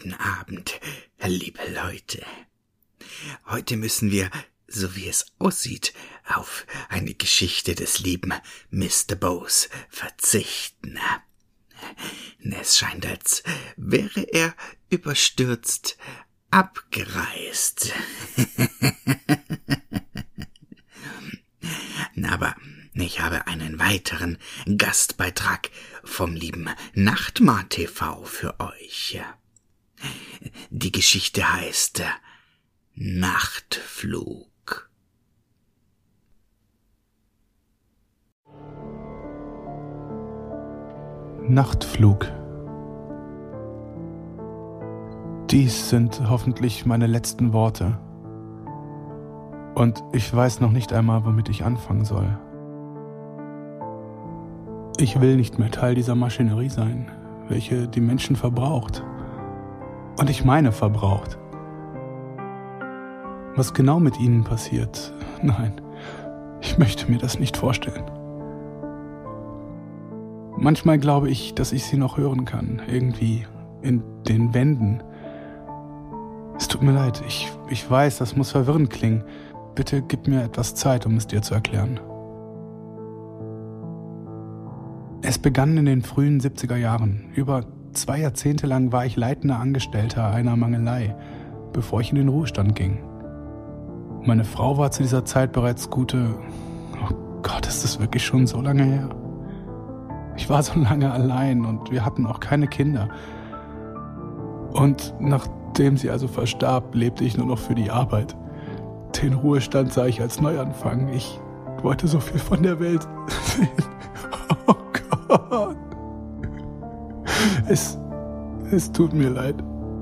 Guten Abend, liebe Leute. Heute müssen wir, so wie es aussieht, auf eine Geschichte des lieben Mr. Bose verzichten. Es scheint, als wäre er überstürzt abgereist. Aber ich habe einen weiteren Gastbeitrag vom lieben Nachtmar TV für euch. Die Geschichte heißt Nachtflug. Nachtflug. Dies sind hoffentlich meine letzten Worte. Und ich weiß noch nicht einmal, womit ich anfangen soll. Ich will nicht mehr Teil dieser Maschinerie sein, welche die Menschen verbraucht. Und ich meine verbraucht. Was genau mit ihnen passiert, nein, ich möchte mir das nicht vorstellen. Manchmal glaube ich, dass ich sie noch hören kann, irgendwie in den Wänden. Es tut mir leid, ich weiß, das muss verwirrend klingen. Bitte gib mir etwas Zeit, um es dir zu erklären. Es begann in den frühen 70er Jahren. Über 2 Jahrzehnte lang war ich leitender Angestellter einer Mangelei, bevor ich in den Ruhestand ging. Meine Frau war zu dieser Zeit bereits gute... Oh Gott, ist das wirklich schon so lange her? Ich war so lange allein und wir hatten auch keine Kinder. Und nachdem sie also verstarb, lebte ich nur noch für die Arbeit. Den Ruhestand sah ich als Neuanfang. Ich wollte so viel von der Welt sehen. Oh Gott. Es tut mir leid.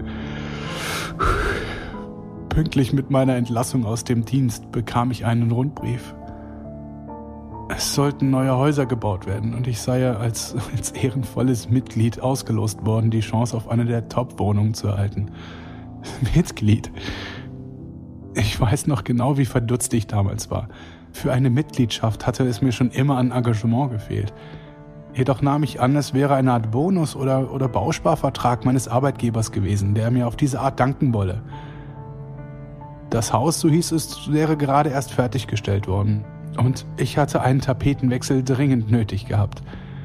Pünktlich mit meiner Entlassung aus dem Dienst bekam ich einen Rundbrief. Es sollten neue Häuser gebaut werden und ich sei als ehrenvolles Mitglied ausgelost worden, die Chance auf eine der Top-Wohnungen zu erhalten. Mitglied? Ich weiß noch genau, wie verdutzt ich damals war. Für eine Mitgliedschaft hatte es mir schon immer an Engagement gefehlt. Jedoch nahm ich an, es wäre eine Art Bonus oder Bausparvertrag meines Arbeitgebers gewesen, der mir auf diese Art danken wolle. Das Haus, so hieß es, wäre gerade erst fertiggestellt worden. Und ich hatte einen Tapetenwechsel dringend nötig gehabt.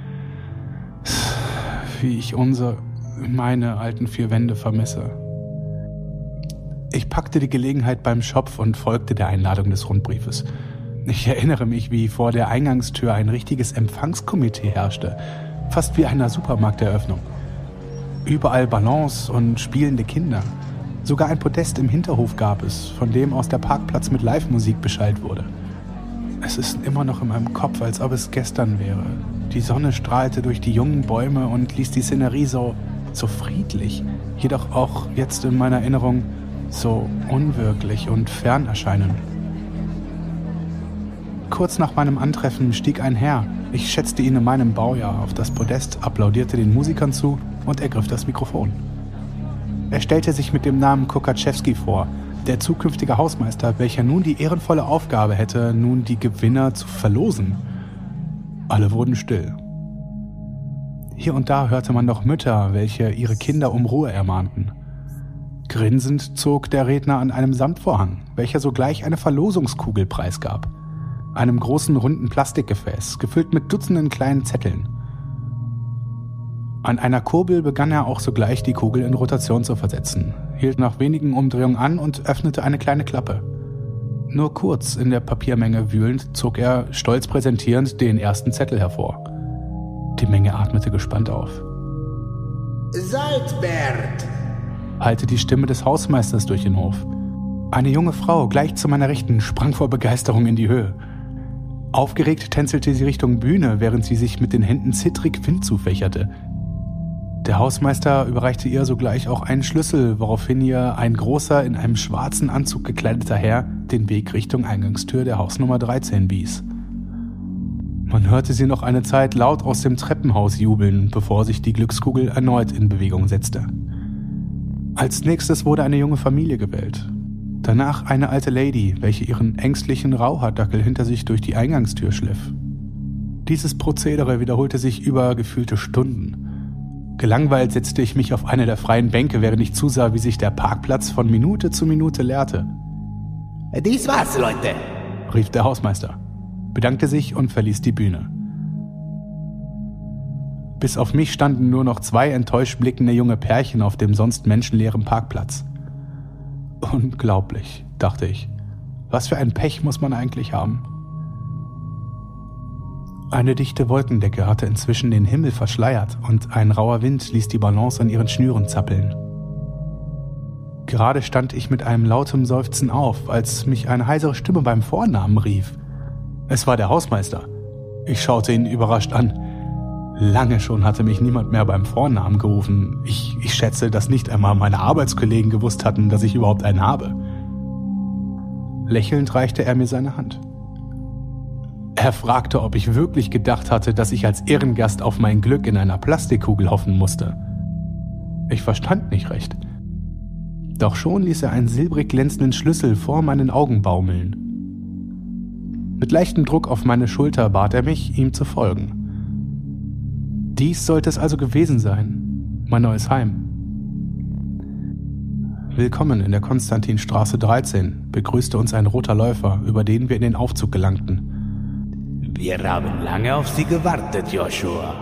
Wie ich meine alten 4 Wände vermisse. Ich packte die Gelegenheit beim Schopf und folgte der Einladung des Rundbriefes. Ich erinnere mich, wie vor der Eingangstür ein richtiges Empfangskomitee herrschte, fast wie einer Supermarkteröffnung. Überall Ballons und spielende Kinder. Sogar ein Podest im Hinterhof gab es, von dem aus der Parkplatz mit Live-Musik beschallt wurde. Es ist immer noch in meinem Kopf, als ob es gestern wäre. Die Sonne strahlte durch die jungen Bäume und ließ die Szenerie so friedlich, jedoch auch jetzt in meiner Erinnerung so unwirklich und fern erscheinen. Kurz nach meinem Antreffen stieg ein Herr, ich schätzte ihn in meinem Baujahr, auf das Podest, applaudierte den Musikern zu und ergriff das Mikrofon. Er stellte sich mit dem Namen Kokaczewski vor, der zukünftige Hausmeister, welcher nun die ehrenvolle Aufgabe hätte, nun die Gewinner zu verlosen. Alle wurden still. Hier und da hörte man noch Mütter, welche ihre Kinder um Ruhe ermahnten. Grinsend zog der Redner an einem Samtvorhang, welcher sogleich eine Verlosungskugel preisgab. Einem großen runden Plastikgefäß, gefüllt mit Dutzenden kleinen Zetteln. An einer Kurbel begann er auch sogleich die Kugel in Rotation zu versetzen, hielt nach wenigen Umdrehungen an und öffnete eine kleine Klappe. Nur kurz in der Papiermenge wühlend zog er, stolz präsentierend, den ersten Zettel hervor. Die Menge atmete gespannt auf. Salzbert! Hallte die Stimme des Hausmeisters durch den Hof. Eine junge Frau, gleich zu meiner Rechten, sprang vor Begeisterung in die Höhe. Aufgeregt tänzelte sie Richtung Bühne, während sie sich mit den Händen zittrig Wind zufächerte. Der Hausmeister überreichte ihr sogleich auch einen Schlüssel, woraufhin ihr ein großer, in einem schwarzen Anzug gekleideter Herr den Weg Richtung Eingangstür der Hausnummer 13 wies. Man hörte sie noch eine Zeit laut aus dem Treppenhaus jubeln, bevor sich die Glückskugel erneut in Bewegung setzte. Als nächstes wurde eine junge Familie gewählt. Danach eine alte Lady, welche ihren ängstlichen Rauhaardackel hinter sich durch die Eingangstür schliff. Dieses Prozedere wiederholte sich über gefühlte Stunden. Gelangweilt setzte ich mich auf eine der freien Bänke, während ich zusah, wie sich der Parkplatz von Minute zu Minute leerte. »Dies war's, Leute«, rief der Hausmeister, bedankte sich und verließ die Bühne. Bis auf mich standen nur noch 2 enttäuscht blickende junge Pärchen auf dem sonst menschenleeren Parkplatz. Unglaublich, dachte ich. Was für ein Pech muss man eigentlich haben? Eine dichte Wolkendecke hatte inzwischen den Himmel verschleiert und ein rauer Wind ließ die Ballons an ihren Schnüren zappeln. Gerade stand ich mit einem lauten Seufzen auf, als mich eine heisere Stimme beim Vornamen rief. Es war der Hausmeister. Ich schaute ihn überrascht an. Lange schon hatte mich niemand mehr beim Vornamen gerufen. Ich schätze, dass nicht einmal meine Arbeitskollegen gewusst hatten, dass ich überhaupt einen habe. Lächelnd reichte er mir seine Hand. Er fragte, ob ich wirklich gedacht hatte, dass ich als Ehrengast auf mein Glück in einer Plastikkugel hoffen musste. Ich verstand nicht recht. Doch schon ließ er einen silbrig glänzenden Schlüssel vor meinen Augen baumeln. Mit leichtem Druck auf meine Schulter bat er mich, ihm zu folgen. Dies sollte es also gewesen sein, mein neues Heim. Willkommen in der Konstantinstraße 13, begrüßte uns ein roter Läufer, über den wir in den Aufzug gelangten. Wir haben lange auf Sie gewartet, Joshua.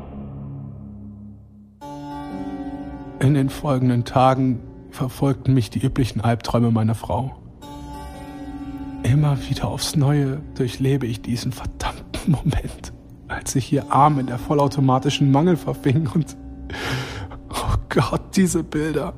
In den folgenden Tagen verfolgten mich die üblichen Albträume meiner Frau. Immer wieder aufs Neue durchlebe ich diesen verdammten Moment, als ich ihr Arm in der vollautomatischen Mangel verfing und... Oh Gott, diese Bilder.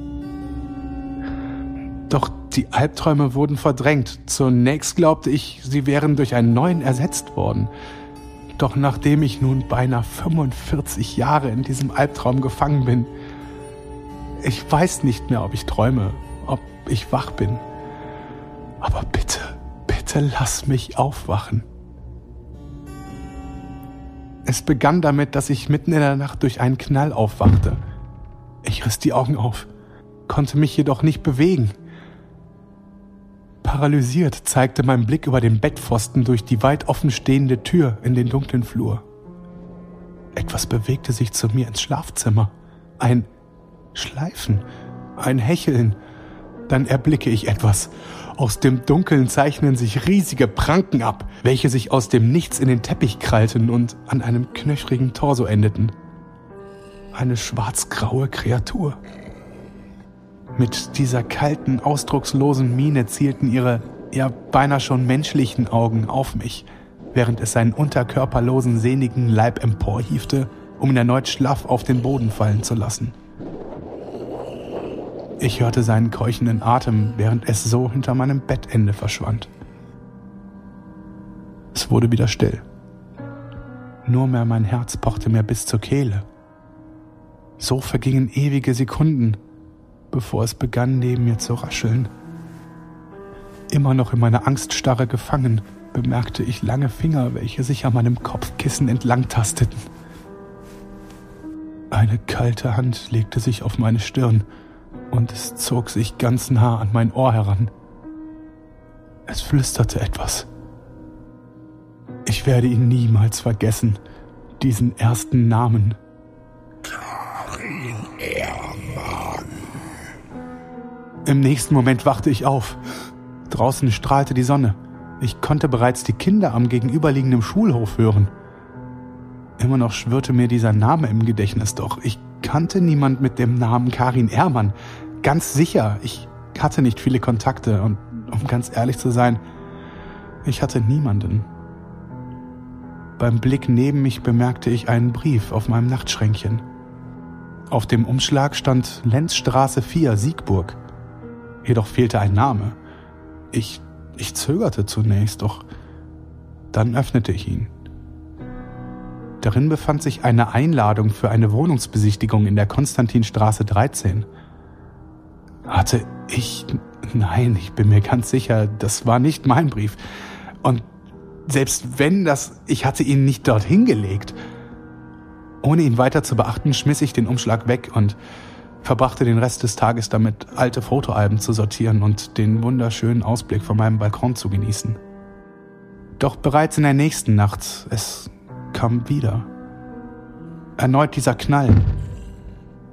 Doch die Albträume wurden verdrängt. Zunächst glaubte ich, sie wären durch einen neuen ersetzt worden. Doch nachdem ich nun beinahe 45 Jahre in diesem Albtraum gefangen bin, ich weiß nicht mehr, ob ich träume, ob ich wach bin. Aber bitte, bitte lass mich aufwachen. Es begann damit, dass ich mitten in der Nacht durch einen Knall aufwachte. Ich riss die Augen auf, konnte mich jedoch nicht bewegen. Paralysiert zeigte mein Blick über den Bettpfosten durch die weit offen stehende Tür in den dunklen Flur. Etwas bewegte sich zu mir ins Schlafzimmer. Ein Schleifen, ein Hecheln. Dann erblicke ich etwas. Aus dem Dunkeln zeichnen sich riesige Pranken ab, welche sich aus dem Nichts in den Teppich krallten und an einem knöchrigen Torso endeten. Eine schwarz-graue Kreatur. Mit dieser kalten, ausdruckslosen Miene zielten ihre, ja beinahe schon menschlichen Augen auf mich, während es seinen unterkörperlosen, sehnigen Leib emporhiefte, um ihn erneut schlaff auf den Boden fallen zu lassen. Ich hörte seinen keuchenden Atem, während es so hinter meinem Bettende verschwand. Es wurde wieder still. Nur mehr mein Herz pochte mir bis zur Kehle. So vergingen ewige Sekunden, bevor es begann, neben mir zu rascheln. Immer noch in meiner Angststarre gefangen, bemerkte ich lange Finger, welche sich an meinem Kopfkissen entlang tasteten. Eine kalte Hand legte sich auf meine Stirn und es zog sich ganz nah an mein Ohr heran. Es flüsterte etwas. Ich werde ihn niemals vergessen, diesen ersten Namen. Karin Ehrmann. Im nächsten Moment wachte ich auf. Draußen strahlte die Sonne. Ich konnte bereits die Kinder am gegenüberliegenden Schulhof hören. Immer noch schwirrte mir dieser Name im Gedächtnis, doch ich kannte niemand mit dem Namen Karin Ehrmann. Ganz sicher, ich hatte nicht viele Kontakte und, um ganz ehrlich zu sein, ich hatte niemanden. Beim Blick neben mich bemerkte ich einen Brief auf meinem Nachtschränkchen. Auf dem Umschlag stand Lenzstraße 4, Siegburg. Jedoch fehlte ein Name. Ich zögerte zunächst, doch dann öffnete ich ihn. Darin befand sich eine Einladung für eine Wohnungsbesichtigung in der Konstantinstraße 13. Hatte ich... Nein, ich bin mir ganz sicher, das war nicht mein Brief. Und selbst wenn ich hatte ihn nicht dorthin gelegt. Ohne ihn weiter zu beachten, schmiss ich den Umschlag weg und verbrachte den Rest des Tages damit, alte Fotoalben zu sortieren und den wunderschönen Ausblick von meinem Balkon zu genießen. Doch bereits in der nächsten Nacht, es kam wieder. Erneut dieser Knall,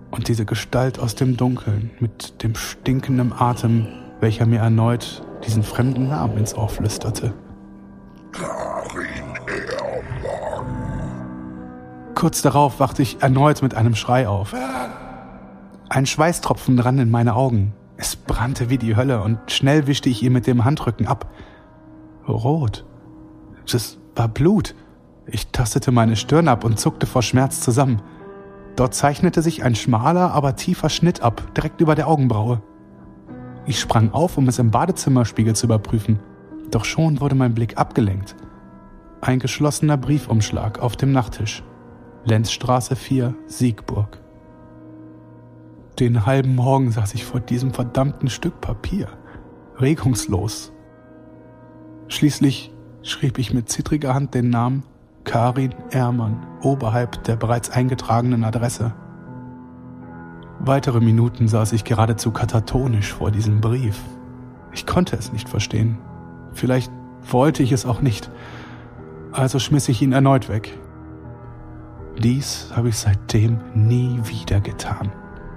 Und diese Gestalt aus dem Dunkeln mit dem stinkenden Atem, welcher mir erneut diesen fremden Namen ins Ohr flüsterte. Karin Ehrmann. Kurz darauf wachte ich erneut mit einem Schrei auf. Ein Schweißtropfen rann in meine Augen. Es brannte wie die Hölle und schnell wischte ich ihn mit dem Handrücken ab. Rot. Das war Blut. Ich tastete meine Stirn ab und zuckte vor Schmerz zusammen. Dort zeichnete sich ein schmaler, aber tiefer Schnitt ab, direkt über der Augenbraue. Ich sprang auf, um es im Badezimmerspiegel zu überprüfen. Doch schon wurde mein Blick abgelenkt. Ein geschlossener Briefumschlag auf dem Nachttisch. Lenzstraße 4, Siegburg. Den halben Morgen saß ich vor diesem verdammten Stück Papier, regungslos. Schließlich schrieb ich mit zittriger Hand den Namen Karin Ehrmann oberhalb der bereits eingetragenen Adresse. Weitere Minuten saß ich geradezu katatonisch vor diesem Brief. Ich konnte es nicht verstehen. Vielleicht wollte ich es auch nicht. Also schmiss ich ihn erneut weg. Dies habe ich seitdem nie wieder getan.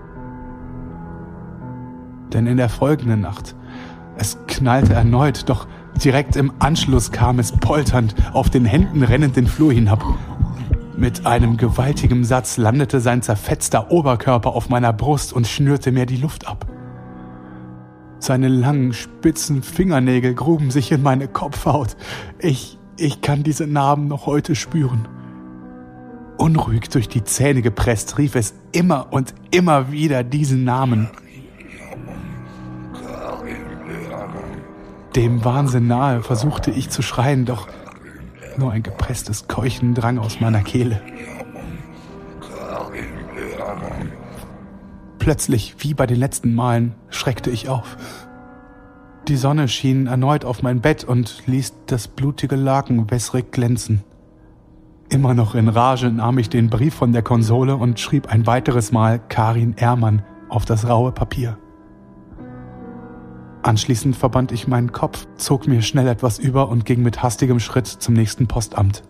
Denn in der folgenden Nacht, es knallte erneut, doch direkt im Anschluss kam es polternd, auf den Händen rennend den Flur hinab. Mit einem gewaltigen Satz landete sein zerfetzter Oberkörper auf meiner Brust und schnürte mir die Luft ab. Seine langen, spitzen Fingernägel gruben sich in meine Kopfhaut. Ich kann diese Narben noch heute spüren. Unruhig durch die Zähne gepresst, rief es immer und immer wieder diesen Namen. Dem Wahnsinn nahe versuchte ich zu schreien, doch nur ein gepresstes Keuchen drang aus meiner Kehle. Plötzlich, wie bei den letzten Malen, schreckte ich auf. Die Sonne schien erneut auf mein Bett und ließ das blutige Laken wässrig glänzen. Immer noch in Rage nahm ich den Brief von der Konsole und schrieb ein weiteres Mal Karin Ehrmann auf das raue Papier. Anschließend verband ich meinen Kopf, zog mir schnell etwas über und ging mit hastigem Schritt zum nächsten Postamt.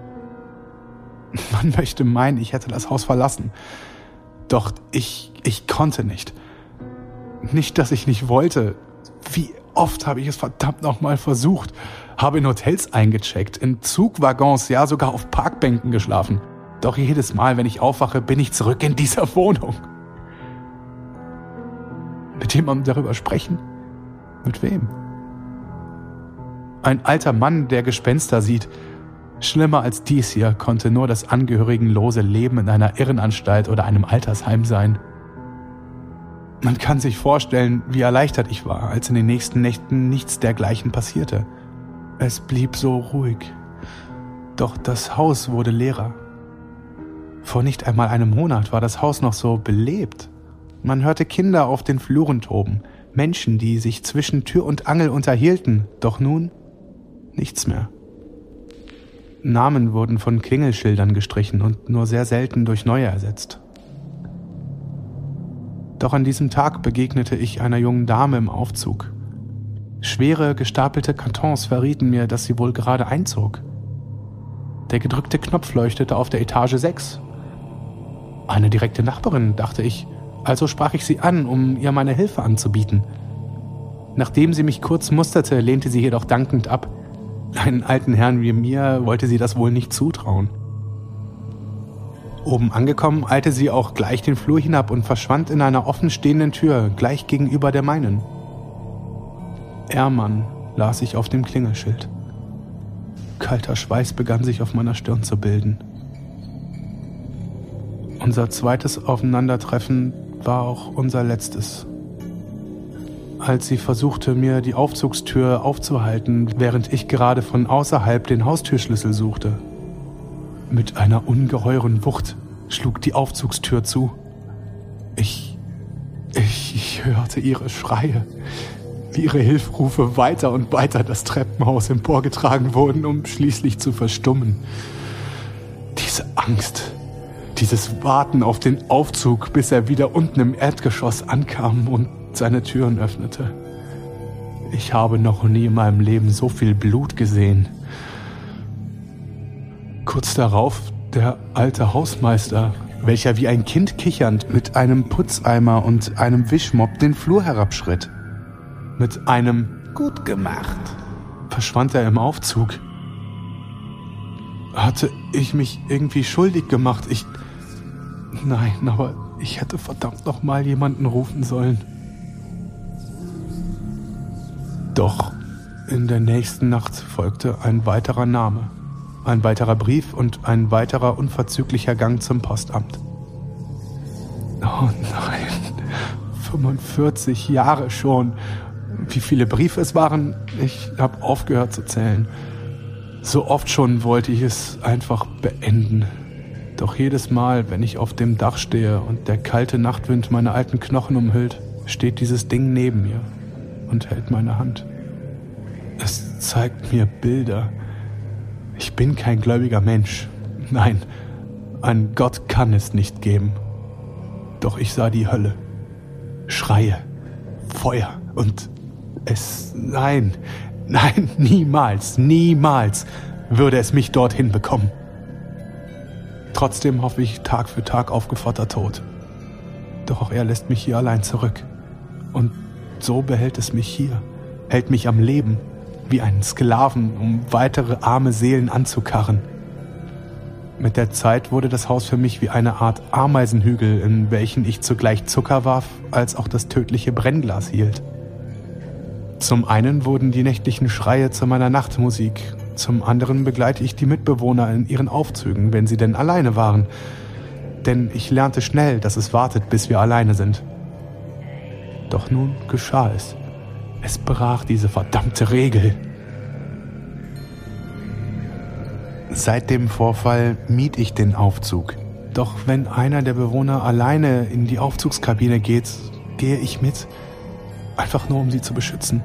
Man möchte meinen, ich hätte das Haus verlassen. Doch ich konnte nicht. Nicht, dass ich nicht wollte. Wie oft habe ich es verdammt nochmal versucht. Habe in Hotels eingecheckt, in Zugwaggons, ja sogar auf Parkbänken geschlafen. Doch jedes Mal, wenn ich aufwache, bin ich zurück in dieser Wohnung. Mit jemandem darüber sprechen? Mit wem? Ein alter Mann, der Gespenster sieht. Schlimmer als dies hier konnte nur das angehörigenlose Leben in einer Irrenanstalt oder einem Altersheim sein. Man kann sich vorstellen, wie erleichtert ich war, als in den nächsten Nächten nichts dergleichen passierte. Es blieb so ruhig. Doch das Haus wurde leerer. Vor nicht einmal einem Monat war das Haus noch so belebt. Man hörte Kinder auf den Fluren toben, Menschen, die sich zwischen Tür und Angel unterhielten, doch nun nichts mehr. Namen wurden von Klingelschildern gestrichen und nur sehr selten durch neue ersetzt. Doch an diesem Tag begegnete ich einer jungen Dame im Aufzug. Schwere, gestapelte Kartons verrieten mir, dass sie wohl gerade einzog. Der gedrückte Knopf leuchtete auf der Etage 6. Eine direkte Nachbarin, dachte ich, also sprach ich sie an, um ihr meine Hilfe anzubieten. Nachdem sie mich kurz musterte, lehnte sie jedoch dankend ab. Einen alten Herrn wie mir wollte sie das wohl nicht zutrauen. Oben angekommen, eilte sie auch gleich den Flur hinab und verschwand in einer offenstehenden Tür, gleich gegenüber der meinen. Ehrmann las ich auf dem Klingelschild. Kalter Schweiß begann sich auf meiner Stirn zu bilden. Unser zweites Aufeinandertreffen war auch unser letztes. Als sie versuchte, mir die Aufzugstür aufzuhalten, während ich gerade von außerhalb den Haustürschlüssel suchte. Mit einer ungeheuren Wucht schlug die Aufzugstür zu. Ich hörte ihre Schreie, wie ihre Hilferufe weiter und weiter das Treppenhaus emporgetragen wurden, um schließlich zu verstummen. Diese Angst, dieses Warten auf den Aufzug, bis er wieder unten im Erdgeschoss ankam und seine Türen öffnete. Ich habe noch nie in meinem Leben so viel Blut gesehen. Kurz darauf der alte Hausmeister, welcher wie ein Kind kichernd mit einem Putzeimer und einem Wischmopp den Flur herabschritt. Mit einem Gut gemacht. verschwand er im Aufzug. Hatte ich mich irgendwie schuldig gemacht? Nein, aber ich hätte verdammt noch mal jemanden rufen sollen. Doch in der nächsten Nacht folgte ein weiterer Name, ein weiterer Brief und ein weiterer unverzüglicher Gang zum Postamt. Oh nein, 45 Jahre schon. Wie viele Briefe es waren, ich habe aufgehört zu zählen. So oft schon wollte ich es einfach beenden. Doch jedes Mal, wenn ich auf dem Dach stehe und der kalte Nachtwind meine alten Knochen umhüllt, steht dieses Ding neben mir und hält meine Hand. Es zeigt mir Bilder. Ich bin kein gläubiger Mensch. Nein, einen Gott kann es nicht geben. Doch ich sah die Hölle. Schreie, Feuer und Nein, niemals würde es mich dorthin bekommen. Trotzdem hoffe ich Tag für Tag auf Gevatter Tod. Doch auch er lässt mich hier allein zurück. Und so behält es mich hier, hält mich am Leben, wie einen Sklaven, um weitere arme Seelen anzukarren. Mit der Zeit wurde das Haus für mich wie eine Art Ameisenhügel, in welchen ich zugleich Zucker warf, als auch das tödliche Brennglas hielt. Zum einen wurden die nächtlichen Schreie zu meiner Nachtmusik, zum anderen begleite ich die Mitbewohner in ihren Aufzügen, wenn sie denn alleine waren. Denn ich lernte schnell, dass es wartet, bis wir alleine sind. Doch nun geschah es. Es brach diese verdammte Regel. Seit dem Vorfall mied ich den Aufzug. Doch wenn einer der Bewohner alleine in die Aufzugskabine geht, gehe ich mit. Einfach nur, um sie zu beschützen.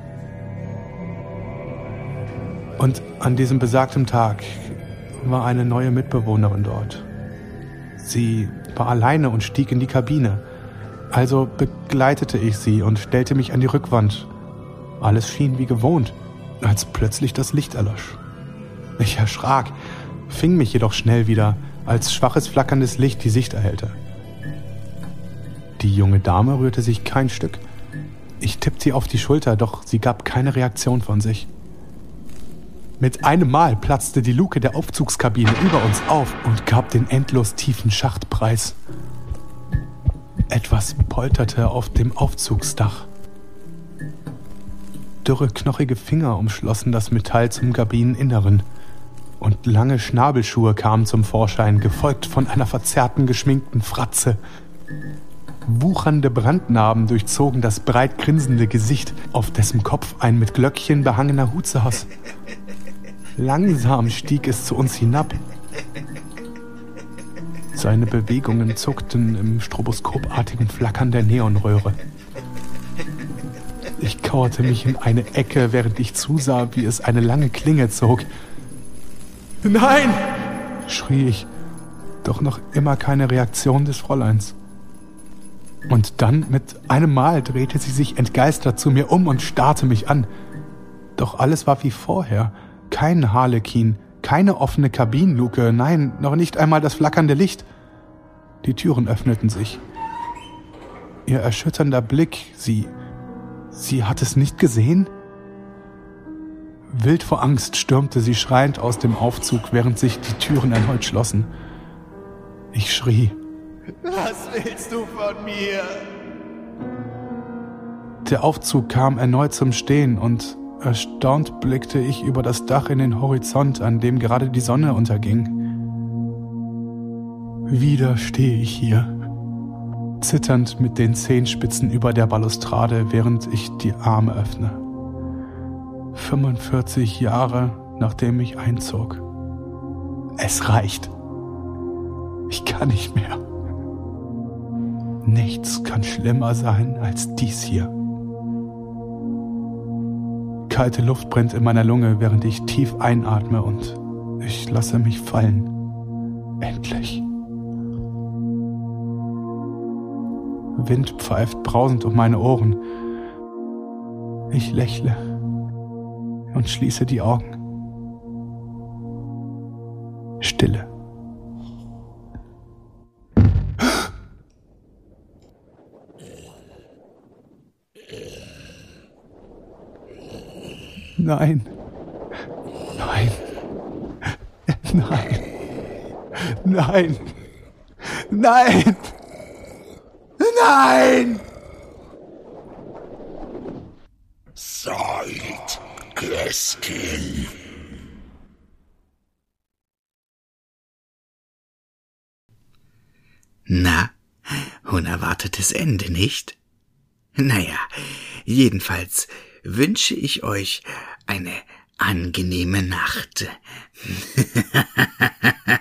Und an diesem besagten Tag war eine neue Mitbewohnerin dort. Sie war alleine und stieg in die Kabine. Also begleitete ich sie und stellte mich an die Rückwand. Alles schien wie gewohnt, als plötzlich das Licht erlosch. Ich erschrak, fing mich jedoch schnell wieder, als schwaches flackerndes Licht die Sicht erhellte. Die junge Dame rührte sich kein Stück. Ich tippte sie auf die Schulter, doch sie gab keine Reaktion von sich. Mit einem Mal platzte die Luke der Aufzugskabine über uns auf und gab den endlos tiefen Schacht preis. Etwas polterte auf dem Aufzugsdach. Dürre, knochige Finger umschlossen das Metall zum Kabineninneren und lange Schnabelschuhe kamen zum Vorschein, gefolgt von einer verzerrten, geschminkten Fratze. Wuchernde Brandnarben durchzogen das breit grinsende Gesicht, auf dessen Kopf ein mit Glöckchen behangener Hut saß. Langsam stieg es zu uns hinab. Seine Bewegungen zuckten im stroboskopartigen Flackern der Neonröhre. Ich kauerte mich in eine Ecke, während ich zusah, wie es eine lange Klinge zog. »Nein!« schrie ich, doch noch immer keine Reaktion des Fräuleins. Und dann mit einem Mal drehte sie sich entgeistert zu mir um und starrte mich an. Doch alles war wie vorher. Kein Harlekin, keine offene Kabinenluke, nein, noch nicht einmal das flackernde Licht. Die Türen öffneten sich. Ihr erschütternder Blick, sie hat es nicht gesehen? Wild vor Angst stürmte sie schreiend aus dem Aufzug, während sich die Türen erneut schlossen. Ich schrie. Was willst du von mir? Der Aufzug kam erneut zum Stehen und erstaunt blickte ich über das Dach in den Horizont, an dem gerade die Sonne unterging. Wieder stehe ich hier, zitternd mit den Zehenspitzen über der Balustrade, während ich die Arme öffne. 45 Jahre, nachdem ich einzog. Es reicht. Ich kann nicht mehr. Nichts kann schlimmer sein als dies hier. Kalte Luft brennt in meiner Lunge, während ich tief einatme und ich lasse mich fallen. Endlich. Wind pfeift brausend um meine Ohren. Ich lächle und schließe die Augen. Stille. Nein. Nein. Nein. Nein. Nein. Nein. Seid Gästin. Na, unerwartetes Ende, nicht? Naja, jedenfalls wünsche ich euch eine angenehme Nacht.